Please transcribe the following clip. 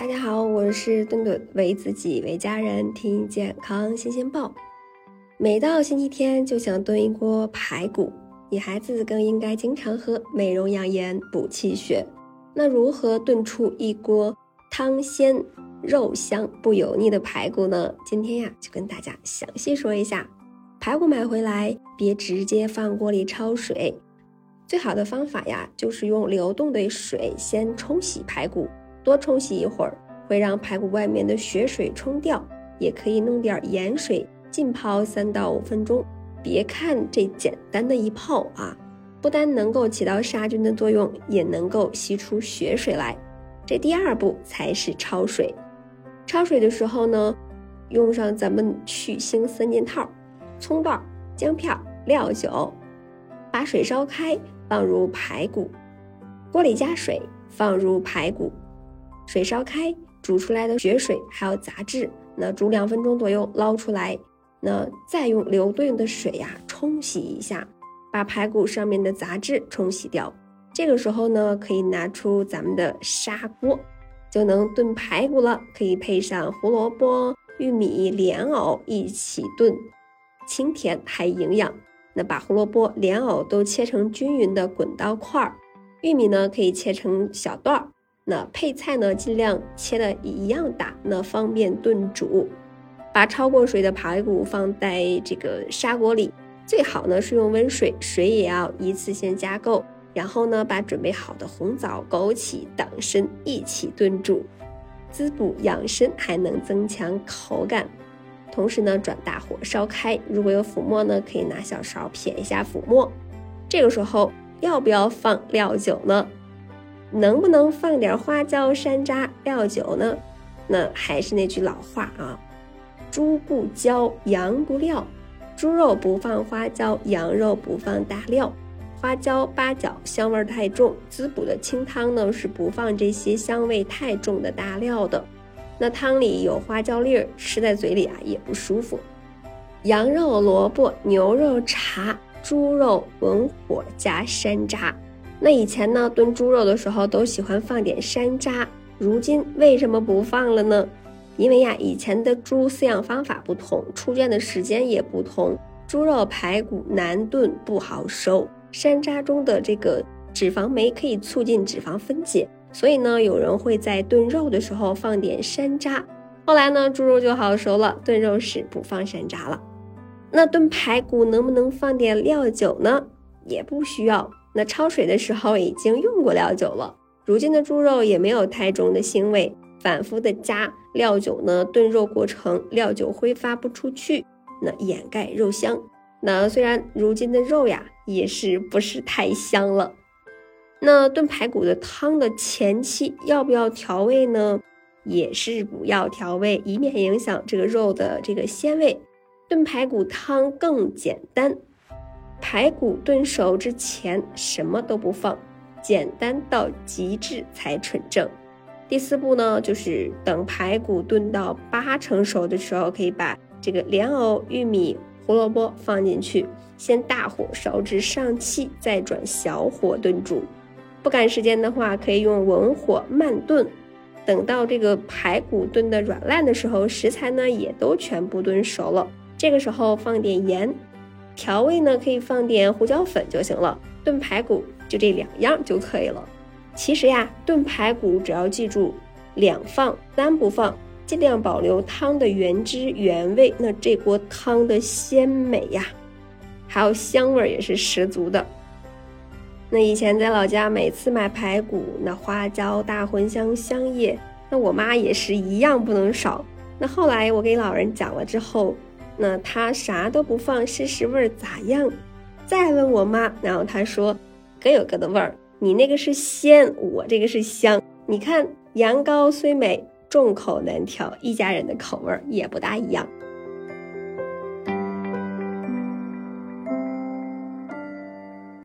大家好，我是顿顿，为自己为家人听健康新鲜报。每到星期天就想炖一锅排骨，女孩子更应该经常喝，美容养颜补气血。那如何炖出一锅汤鲜肉香不油腻的排骨呢？今天就跟大家详细说一下。排骨买回来别直接放锅里焯水，最好的方法就是用流动的水先冲洗排骨，多冲洗一会儿，会让排骨外面的血水冲掉。也可以弄点盐水浸泡3到5分钟。别看这简单的一泡不单能够起到杀菌的作用，也能够吸出血水来。这第2步才是焯水。焯水的时候呢，用上咱们去腥3件套：葱段、姜片、料酒。把水烧开，放入排骨，锅里加水，放入排骨，水烧开，煮出来的血水还有杂质，那煮2分钟左右捞出来，那再用流动的水冲洗一下，把排骨上面的杂质冲洗掉。这个时候呢，可以拿出咱们的砂锅，就能炖排骨了。可以配上胡萝卜、玉米、莲藕一起炖，清甜还营养。那把胡萝卜、莲藕都切成均匀的滚刀块，玉米呢可以切成小段，那配菜呢尽量切的一样大，那方便炖煮。把焯过水的排骨放在这个砂锅里，最好呢是用温水，水也要一次性加够。然后呢，把准备好的红枣、枸杞、党参一起炖煮，滋补养生，还能增强口感。同时呢，转大火烧开，如果有腐沫呢，可以拿小勺撇一下腐沫。这个时候要不要放料酒呢？能不能放点花椒、山楂、料酒呢？那还是那句老话猪不椒，羊不料。猪肉不放花椒，羊肉不放大料。花椒、八角香味太重，滋补的清汤呢是不放这些香味太重的大料的。那汤里有花椒粒儿，吃在嘴里也不舒服。羊肉、萝卜、牛肉茶，猪肉文火加山楂。那以前呢，炖猪肉的时候都喜欢放点山楂，如今为什么不放了呢？因为以前的猪饲养方法不同，出圈的时间也不同，猪肉排骨难炖不好收，山楂中的这个脂肪酶可以促进脂肪分解，所以呢，有人会在炖肉的时候放点山楂。后来呢，猪肉就好熟了，炖肉时不放山楂了。那炖排骨能不能放点料酒呢？也不需要。那焯水的时候已经用过料酒了，如今的猪肉也没有太重的腥味，反复的加料酒呢，炖肉过程料酒挥发不出去，那掩盖肉香。那虽然如今的肉也是不是太香了。那炖排骨的汤的前期要不要调味呢？也是不要调味，以免影响这个肉的这个鲜味。炖排骨汤更简单，排骨炖熟之前什么都不放，简单到极致才纯正。第4步呢，就是等排骨炖到8成熟的时候，可以把这个莲藕、玉米、胡萝卜放进去，先大火烧至上气，再转小火炖煮。不赶时间的话，可以用文火慢炖，等到这个排骨炖的软烂的时候，食材呢也都全部炖熟了。这个时候放点盐，调味呢可以放点胡椒粉就行了。炖排骨就这2样就可以了。其实炖排骨只要记住2放3不放，尽量保留汤的原汁原味，那这锅汤的鲜美还有香味也是十足的。那以前在老家每次买排骨，那花椒、大茴香、香叶，那我妈也是一样不能少。那后来我给老人讲了之后，那她啥都不放，试试味儿咋样？再问我妈，然后她说各有各的味儿，你那个是鲜，我这个是香。你看羊羔虽美，众口难调，一家人的口味也不大一样。